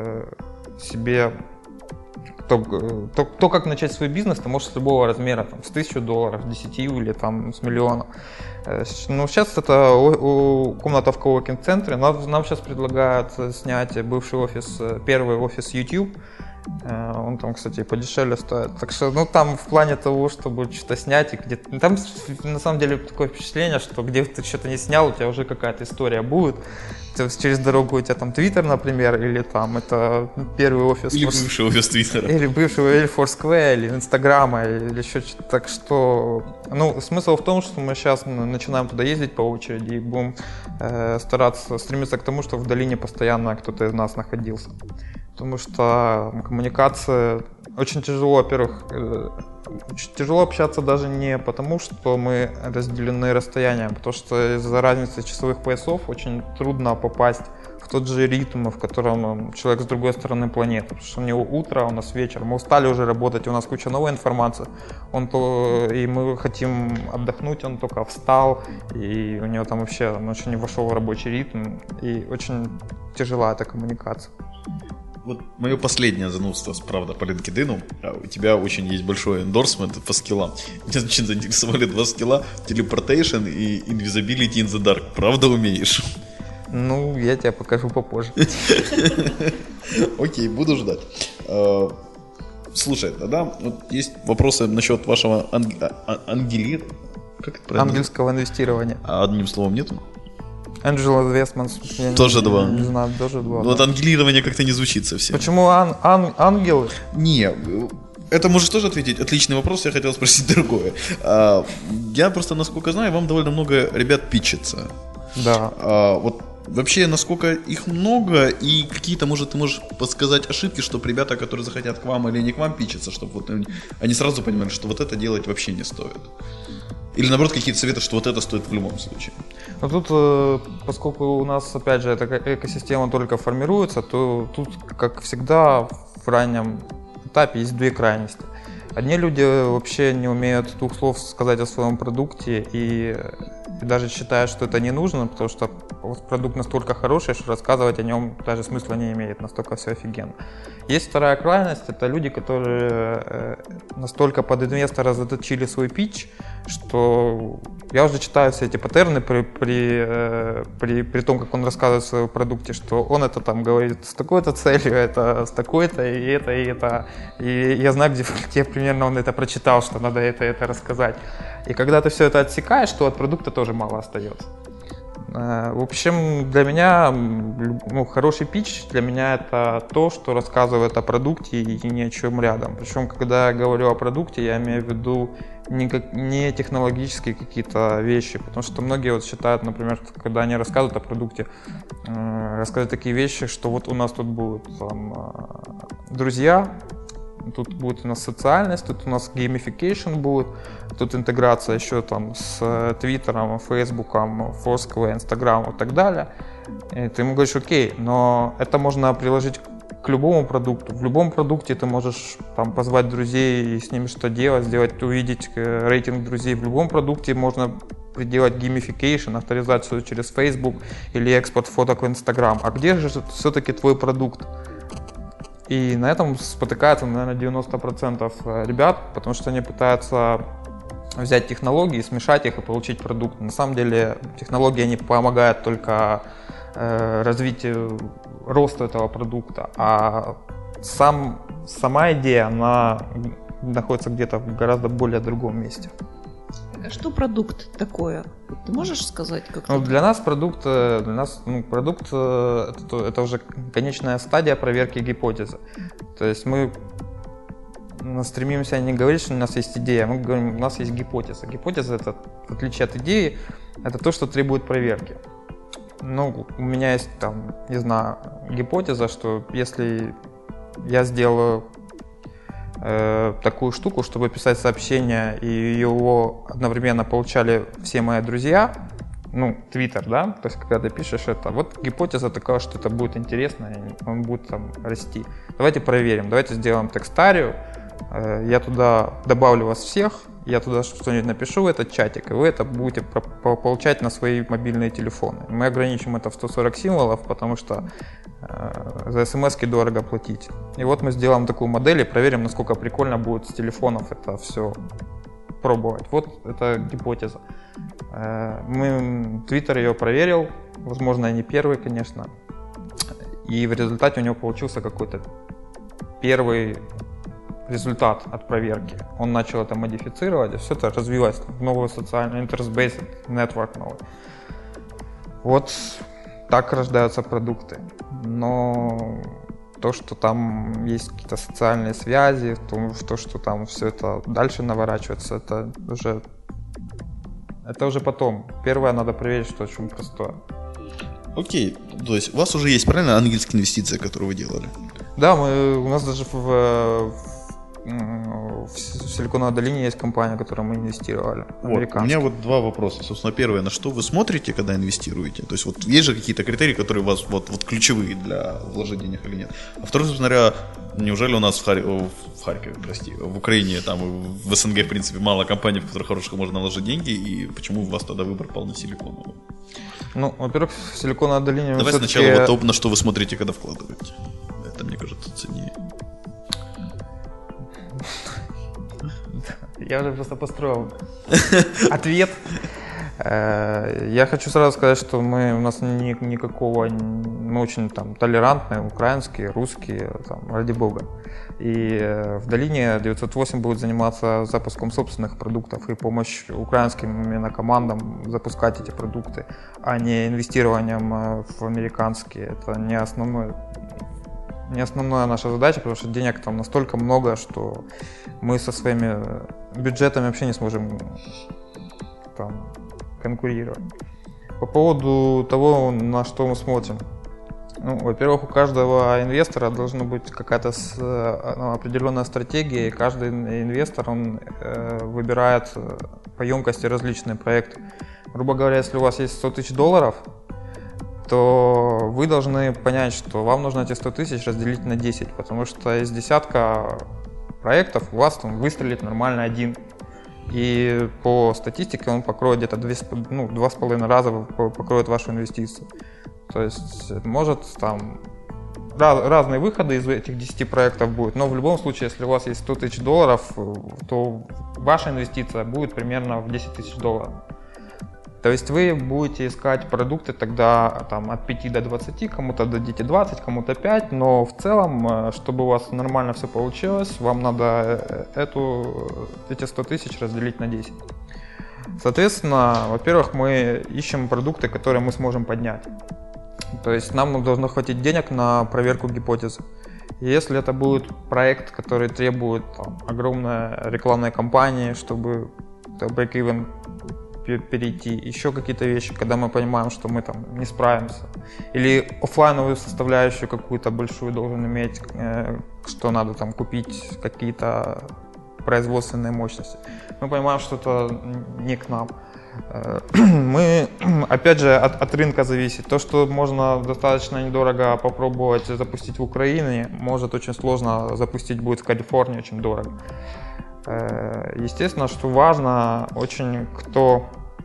S4: себе то, то, то, как начать свой бизнес, ты можешь с любого размера, там, с тысячи долларов, с десяти или там, с миллиона. Ну, сейчас это у, у, комната в коворкинг-центре. Нам, нам сейчас предлагают снять бывший офис, первый офис YouTube. Он там, кстати, подешевле стоит. Так что, ну, там в плане того, чтобы что-то снять и где-то... Там, на самом деле, такое впечатление, что где ты что-то не снял, у тебя уже какая-то история будет. То есть через дорогу у тебя там Twitter, например, или там это первый офис...
S1: Или
S4: Форс...
S1: бывший офис Твиттера.
S4: Или бывший, или Foursquare, или Инстаграма, или еще что-то. Так что... Ну, смысл в том, что мы сейчас начинаем туда ездить по очереди и будем э, стараться, стремиться к тому, чтобы в долине постоянно кто-то из нас находился. Потому что коммуникация очень тяжело, во-первых, очень тяжело общаться даже не потому, что мы разделены расстоянием, потому что из-за разницы часовых поясов очень трудно попасть в тот же ритм, в котором человек с другой стороны планеты. Потому что у него утро, у нас вечер, мы устали уже работать, у нас куча новой информации, он то, и мы хотим отдохнуть, он только встал, и у него там вообще он очень не вошел в рабочий ритм, и очень тяжела эта коммуникация.
S1: Вот мое последнее занудство, правда, по LinkedIn. У тебя очень есть большой эндорсмент по скиллам. Меня очень заинтересовали два скилла: Teleportation и Invisibility in the Dark. Правда умеешь?
S4: Ну, я тебе покажу попозже.
S1: Окей, буду ждать. Слушай, тогда вот есть вопросы насчет вашего ангели... Как это правильно?
S4: Ангельского инвестирования.
S1: А одним словом нету?
S4: Angel Investments.
S1: Тоже два.
S4: Не знаю, тоже два.
S1: Вот ангелирование как-то не звучит совсем.
S4: Почему ан- ан- ангелы?
S1: Не, это можешь тоже ответить. Отличный вопрос, я хотел спросить другое. А, я просто, насколько знаю, вам довольно много ребят питчится.
S4: Да.
S1: А, вот вообще, насколько их много и какие-то, может, ты можешь подсказать ошибки, чтобы ребята, которые захотят к вам или не к вам питчиться, чтобы вот они сразу понимали, что вот это делать вообще не стоит. Или наоборот какие-то советы, что вот это стоит в любом случае?
S4: Ну тут, поскольку у нас, опять же, эта экосистема только формируется, то тут, как всегда, в раннем этапе есть две крайности. Одни люди вообще не умеют двух слов сказать о своем продукте и, и даже считают, что это не нужно, потому что продукт настолько хороший, что рассказывать о нем даже смысла не имеет, настолько все офигенно. Есть вторая крайность, это люди, которые настолько под инвестора заточили свой питч, что я уже читаю все эти паттерны при, при, при, при том, как он рассказывает о своем продукте, что он это там говорит с такой-то целью, это с такой-то, и это, и это. И я знаю, где, где примерно он это прочитал, что надо это, это рассказать. И когда ты все это отсекаешь, то от продукта тоже мало остается. В общем, для меня ну, хороший питч для меня это то, что рассказывает о продукте и ни о чем рядом. Причем, когда я говорю о продукте, я имею в виду не, как, не технологические какие-то вещи, потому что многие вот считают, например, когда они рассказывают о продукте, э, рассказывают такие вещи, что вот у нас тут будут там, э, друзья, тут будет у нас социальность, тут у нас геймификейшн будет, тут интеграция еще там с Твиттером, Фейсбуком, Foursquare, Инстаграмом и так далее. И ты ему говоришь, окей, но это можно приложить к любому продукту. В любом продукте ты можешь там позвать друзей и с ними что делать, сделать, увидеть рейтинг друзей. В любом продукте можно приделать геймификейшн, авторизацию через Facebook или экспорт фоток в Инстаграм. А где же все-таки твой продукт? И на этом спотыкается, наверное, девяносто процентов ребят, потому что они пытаются взять технологии, смешать их и получить продукт. На самом деле технологии они помогают только э, развитию, росту этого продукта, а сам, сама идея, она находится где-то в гораздо более другом месте.
S3: А что продукт такое? Ты можешь сказать как-то?
S4: Ну, для нас продукт, для нас, ну, продукт это, это уже конечная стадия проверки гипотезы. То есть мы стремимся не говорить, что у нас есть идея, мы говорим, у нас есть гипотеза. Гипотеза это, в отличие от идеи, это то, что требует проверки. Ну, у меня есть там, не знаю, гипотеза, что если я сделаю э, такую штуку, чтобы писать сообщения, и его одновременно получали все мои друзья, ну, Twitter, да, то есть когда ты пишешь это, вот гипотеза такая, что это будет интересно, и он будет там расти. Давайте проверим, давайте сделаем текстарию, э, я туда добавлю вас всех, я туда что-нибудь напишу в этот чатик, и вы это будете получать на свои мобильные телефоны. Мы ограничим это в сто сорок символов, потому что э, за смс-ки дорого платить. И вот мы сделаем такую модель и проверим, насколько прикольно будет с телефонов это все пробовать. Вот это гипотеза. Э, мы, Twitter ее проверил, возможно, не первый, конечно. И в результате у него получился какой-то первый результат от проверки. Он начал это модифицировать, и все это развилось в новую социальную interest-based network новый. Вот так рождаются продукты. Но то, что там есть какие-то социальные связи, то, то что там все это дальше наворачивается, это уже, это уже потом. Первое, надо проверить, что очень простое.
S5: Окей, то есть у вас уже есть, правильно, ангельские инвестиции, которые вы делали?
S4: Да, мы, у нас даже в, в в Силиконовой долине есть компания, в которой мы инвестировали.
S5: Вот, у меня вот два вопроса. Собственно, первое, на что вы смотрите, когда инвестируете? То есть вот есть же какие-то критерии, которые у вас вот, вот ключевые для вложения денег или нет? А второе, собственно говоря, неужели у нас в, Хар... в Харькове, прости, в Украине, там в СНГ, в принципе, мало компаний, в которых хороших можно вложить деньги, и почему у вас тогда выбор пал на Силиконовую?
S4: Ну, во-первых, в Силиконовой долине...
S5: Давай сначала вот то, на что вы смотрите, когда вкладываете. Это, мне кажется, ценнее.
S4: Я уже просто построил ответ. Я хочу сразу сказать, что мы, у нас ни, никакого, мы очень там толерантные, украинские, русские, там, ради бога. И в долине девятьсот восемь будет заниматься запуском собственных продуктов и помощь украинским именно командам запускать эти продукты, а не инвестированием в американские. Это не основной. Не основная наша задача, потому что денег там настолько много, что мы со своими бюджетами вообще не сможем там конкурировать. По поводу того, на что мы смотрим. Ну, во-первых, у каждого инвестора должна быть какая-то с, ну, определенная стратегия, и каждый инвестор он э, выбирает по емкости различные проекты. Грубо говоря, если у вас есть сто тысяч долларов, то вы должны понять, что вам нужно эти сто тысяч разделить на десять, потому что из десятка проектов у вас там выстрелит нормально один. И по статистике он покроет где-то ну, два с половиной раза покроет вашу инвестицию. То есть может там раз, разные выходы из этих десяти проектов будет, но в любом случае, если у вас есть сто тысяч долларов, то ваша инвестиция будет примерно в десять тысяч долларов. То есть вы будете искать продукты тогда там, от пяти до двадцати, кому-то дадите двадцать, кому-то пять, но в целом, чтобы у вас нормально все получилось, вам надо эту, эти сто тысяч разделить на десять. Соответственно, во-первых, мы ищем продукты, которые мы сможем поднять. То есть нам должно хватить денег на проверку гипотезы. И если это будет проект, который требует там, огромной рекламной кампании, чтобы break-even перейти, еще какие-то вещи, когда мы понимаем, что мы там не справимся, или офлайновую составляющую какую-то большую должен иметь, э, что надо там купить какие-то производственные мощности. Мы понимаем, что это не к нам. Э, мы, опять же, от, от рынка зависит. То, что можно достаточно недорого попробовать запустить в Украине, может очень сложно запустить будет в Калифорнии, очень дорого. Естественно, что важно очень, кто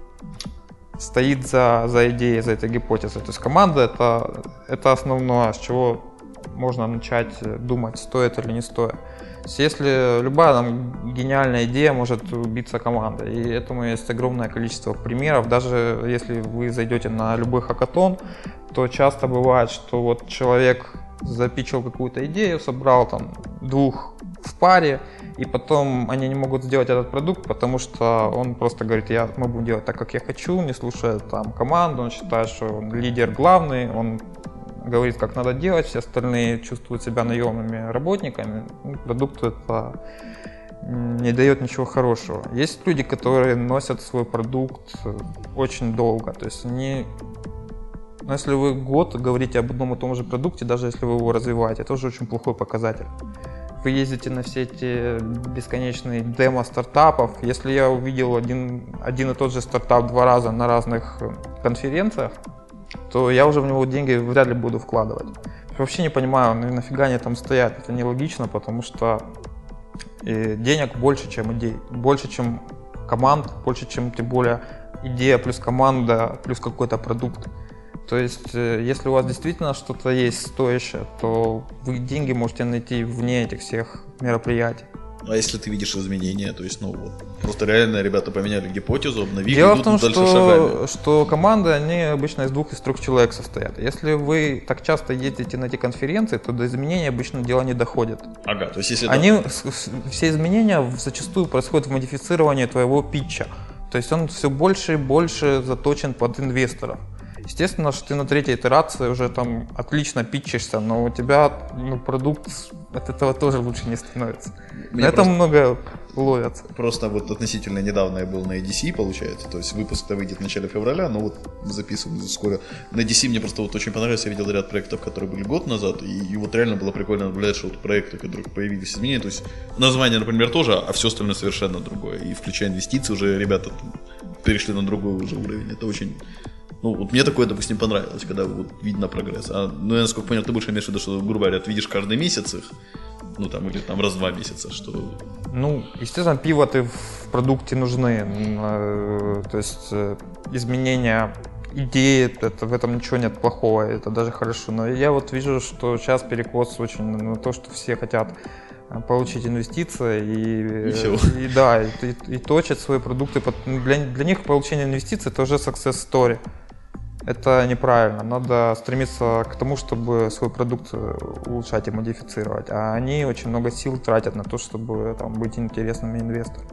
S4: стоит за, за идеей, за этой гипотезой. То есть команда это, это основное, с чего можно начать думать, стоит или не стоит. Если любая там, гениальная идея может убиться командой, и этому есть огромное количество примеров. Даже если вы зайдете на любой хакатон, то часто бывает, что вот человек запичил какую-то идею, собрал там двух в паре, и потом они не могут сделать этот продукт, потому что он просто говорит, я, мы будем делать так, как я хочу, не слушая там команду, он считает, что он лидер главный, он говорит, как надо делать, все остальные чувствуют себя наемными работниками, ну, продукту это не дает ничего хорошего. Есть люди, которые носят свой продукт очень долго, то есть они, но если вы год говорите об одном и том же продукте, даже если вы его развиваете, это уже очень плохой показатель. Вы ездите на все эти бесконечные демо стартапов. Если я увидел один, один и тот же стартап два раза на разных конференциях, то я уже в него деньги вряд ли буду вкладывать. Вообще не понимаю, ну нафига они там стоят, это нелогично, потому что денег больше, чем идей, больше, чем команд, больше, чем тем более идея плюс команда плюс какой-то продукт. То есть, если у вас действительно что-то есть стоящее, то вы деньги можете найти вне этих всех мероприятий.
S5: А если ты видишь изменения, то есть, ну вот, просто реально ребята поменяли гипотезу, обновили,
S4: Дело
S5: идут
S4: в том,
S5: дальше
S4: что,
S5: шагами.
S4: что команды, они обычно из двух, из трех человек состоят. Если вы так часто ездите на эти конференции, то до изменений обычно дело не доходит.
S5: Ага, то есть если...
S4: Они, все изменения зачастую происходят в модифицировании твоего питча. То есть он все больше и больше заточен под инвесторов. Естественно, что ты на третьей итерации уже там отлично питчишься, но у тебя ну, продукт от этого тоже лучше не становится.
S5: Мне
S4: на этом
S5: просто...
S4: много ловятся.
S5: Просто вот относительно недавно я был на и ди си, получается, то есть выпуск-то выйдет в начале февраля, но вот записываем скоро. На и ди си мне просто вот очень понравилось, я видел ряд проектов, которые были год назад, и, и вот реально было прикольно наблюдать, что вот проекты, которые появились изменения, то есть название, например, тоже, а все остальное совершенно другое, и включая инвестиции уже ребята перешли на другой уже уровень, это очень... Ну, вот мне такое, допустим, понравилось, когда вот видно прогресс. А, ну, я, насколько понял, ты больше имеешь в виду, что, грубо говоря, ты видишь каждый месяц их, ну, там, или там раз в два месяца, что...
S4: Ну, естественно, пивоты в продукте нужны. То есть изменения идеи, это, в этом ничего нет плохого, это даже хорошо. Но я вот вижу, что сейчас перекос очень на то, что все хотят получить инвестиции и,
S5: и,
S4: и да, и, и, и точат свои продукты. Для, для них получение инвестиций это уже success story. Это неправильно. Надо стремиться к тому, чтобы свой продукт улучшать и модифицировать. А они очень много сил тратят на то, чтобы там, быть интересными инвесторам.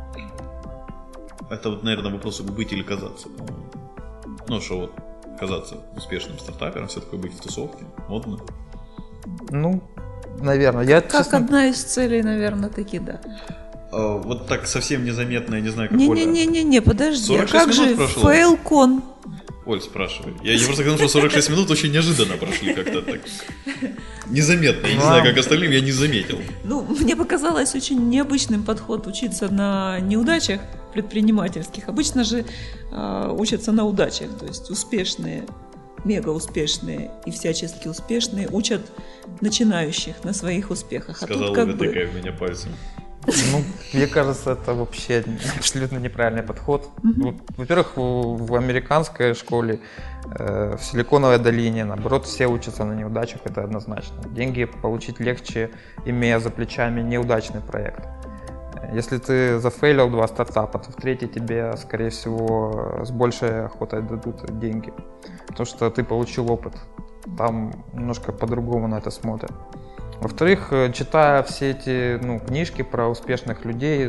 S5: Это вот, наверное, вопрос быть или казаться. Ну, что вот казаться успешным стартапером, все такое быть в тусовке, модно.
S4: Ну, наверное. Я,
S3: как
S4: честно...
S3: одна из целей, наверное, таки, да.
S5: А, вот так совсем незаметно, я не знаю, как
S3: Не-не-не-не, подожди, а как же
S5: прошло?
S3: Failcon?
S5: Оль, спрашивай. Я, я просто говорил, что сорок шесть минут очень неожиданно прошли как-то так. Незаметно. Я не знаю, как остальным, я не заметил.
S3: Ну, мне показалось очень необычным подход учиться на неудачах предпринимательских. Обычно же э, учатся на удачах, то есть успешные, мега успешные и всячески успешные учат начинающих на своих успехах. А
S5: Сказала,
S3: тут как
S5: вы
S3: бы...
S5: такая в меня пальцем.
S4: Ну, мне кажется, это вообще абсолютно неправильный подход. Mm-hmm. Во-первых, в, в американской школе, э, в Силиконовой долине, наоборот, все учатся на неудачах, это однозначно. Деньги получить легче, имея за плечами неудачный проект. Если ты зафейлил два стартапа, то в третий тебе, скорее всего, с большей охотой дадут деньги. Потому что ты получил опыт. Там немножко по-другому на это смотрят. Во-вторых, читая все эти ну, книжки про успешных людей,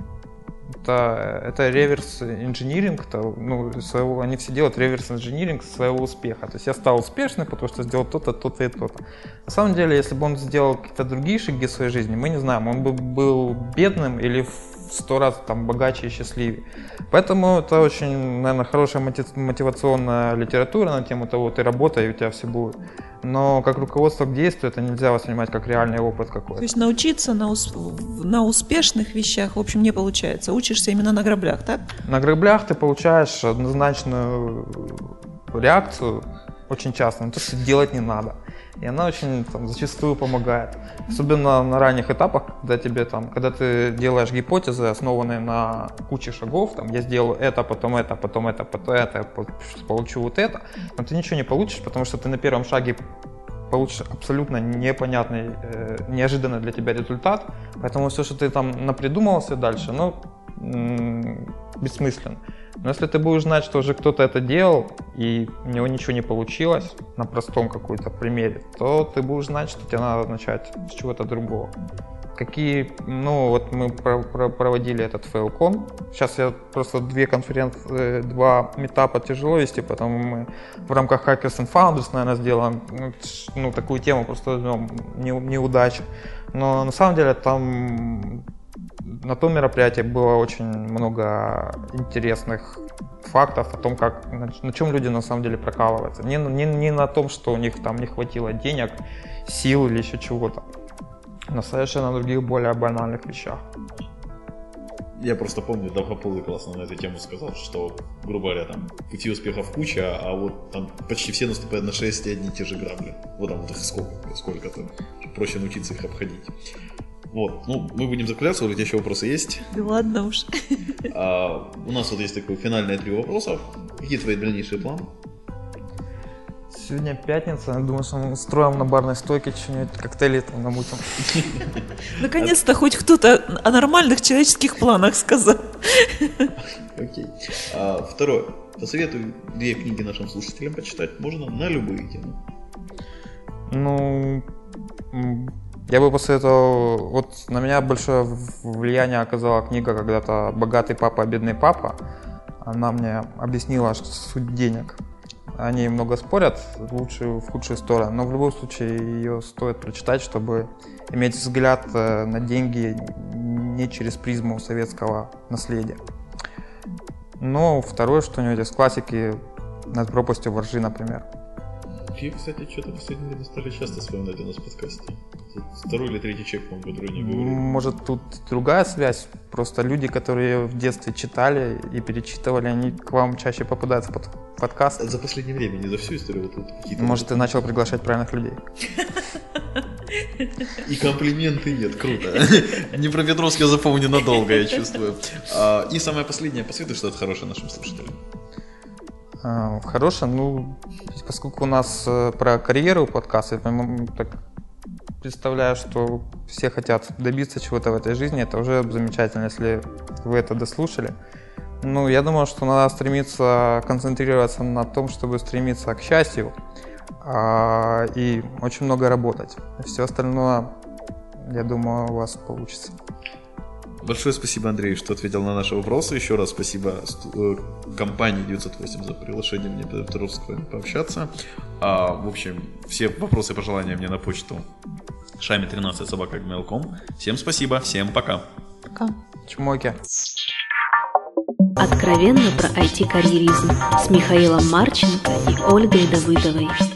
S4: это, это реверс-инжиниринг, ну, своего, они все делают реверс-инжиниринг своего успеха. То есть я стал успешным, потому что сделал то-то, то-то и то-то. На самом деле, если бы он сделал какие-то другие шаги в своей жизни, мы не знаем, он бы был бедным или в сто раз там, богаче и счастливее. Поэтому это очень, наверное, хорошая мотивационная литература на тему того, ты работай, и у тебя все будет. Но как руководство к действию это нельзя воспринимать как реальный опыт какой-то.
S3: То есть научиться на, усп- на успешных вещах, в общем, не получается. Учишься именно на граблях, так?
S4: На граблях ты получаешь однозначную реакцию очень часто на то, что делать не надо. И она очень там, зачастую помогает. Особенно на ранних этапах, когда тебе там, когда ты делаешь гипотезы, основанные на куче шагов, там я сделаю это, потом это, потом это, потом это, получу вот это, но ты ничего не получишь, потому что ты на первом шаге получишь абсолютно непонятный, э, неожиданный для тебя результат. Поэтому все, что ты там напридумывался дальше, ну, м- бессмысленно. Но если ты будешь знать, что уже кто-то это делал, и у него ничего не получилось, на простом каком-то примере, то ты будешь знать, что тебе надо начать с чего-то другого. какие, ну вот мы про- про- проводили этот Failcon. Сейчас я просто две конференции, два метапа тяжело вести, поэтому мы в рамках Hackers and Founders, наверное, сделаем ну, такую тему, просто возьмем не, неудачи. Но на самом деле там на том мероприятии было очень много интересных фактов о том, как, на, на чем люди на самом деле прокалываются. Не, не, не на том, что у них там не хватило денег, сил или еще чего-то. На совершенно других, более банальных вещах.
S5: Я просто помню, Долгополый классно на эту тему сказал, что, грубо говоря, там пути успехов куча, а вот там почти все наступают на шесть и одни и те же грабли. Вот там вот их сколько, сколько-то, проще научиться их обходить. Вот, ну, мы будем закругляться, у тебя еще вопросы есть?
S3: Да ладно уж.
S5: А, у нас вот есть такое финальные три вопроса. Какие твои дальнейшие планы?
S4: Сегодня пятница, я думаю, что мы устроим на барной стойке что-нибудь, коктейли там намутим.
S3: Наконец-то хоть кто-то о нормальных человеческих планах сказал.
S5: Окей. А, второе. Посоветуй две книги нашим слушателям почитать. Можно на любые темы.
S4: Ну, я бы посоветовал, вот на меня большое влияние оказала книга когда-то «Богатый папа, бедный папа». Она мне объяснила, что суть денег. Они много спорят в лучшую, в худшую сторону, но в любом случае ее стоит прочитать, чтобы иметь взгляд на деньги не через призму советского наследия. Но второе что-нибудь из классики «Над пропастью воржи», например.
S5: Я, кстати, что-то в последнее время стали часто вспоминать у нас в подкасте. Второй или третий человек, по-моему, который не говорил.
S4: Может, тут другая связь? Просто люди, которые в детстве читали и перечитывали, они к вам чаще попадают в под- подкаст.
S5: За последнее время, не за всю историю. Вот, вот какие-то...
S4: Может, ты начал приглашать правильных людей?
S5: И комплименты нет, круто. Днепропетровск я запомню надолго, я чувствую. И самое последнее, посоветуй что-то хорошее нашим слушателям.
S4: Хорошее, ну, поскольку у нас про карьеру подкаст, я так представляю, что все хотят добиться чего-то в этой жизни, это уже замечательно, если вы это дослушали. Ну, я думаю, что надо стремиться концентрироваться на том, чтобы стремиться к счастью, и очень много работать. Все остальное, я думаю, у вас получится.
S5: Большое спасибо, Андрей, что ответил на наши вопросы. Еще раз спасибо компании девятьсот восемь за приглашение мне Днепропетровск пообщаться. А, в общем, все вопросы и пожелания мне на почту шами тринадцать собака джи мейл точка ком. Всем спасибо, всем пока.
S3: Пока.
S4: Чмоки.
S2: Откровенно про ай ти-карьеризм с Михаилом Марченко и Ольгой Давыдовой.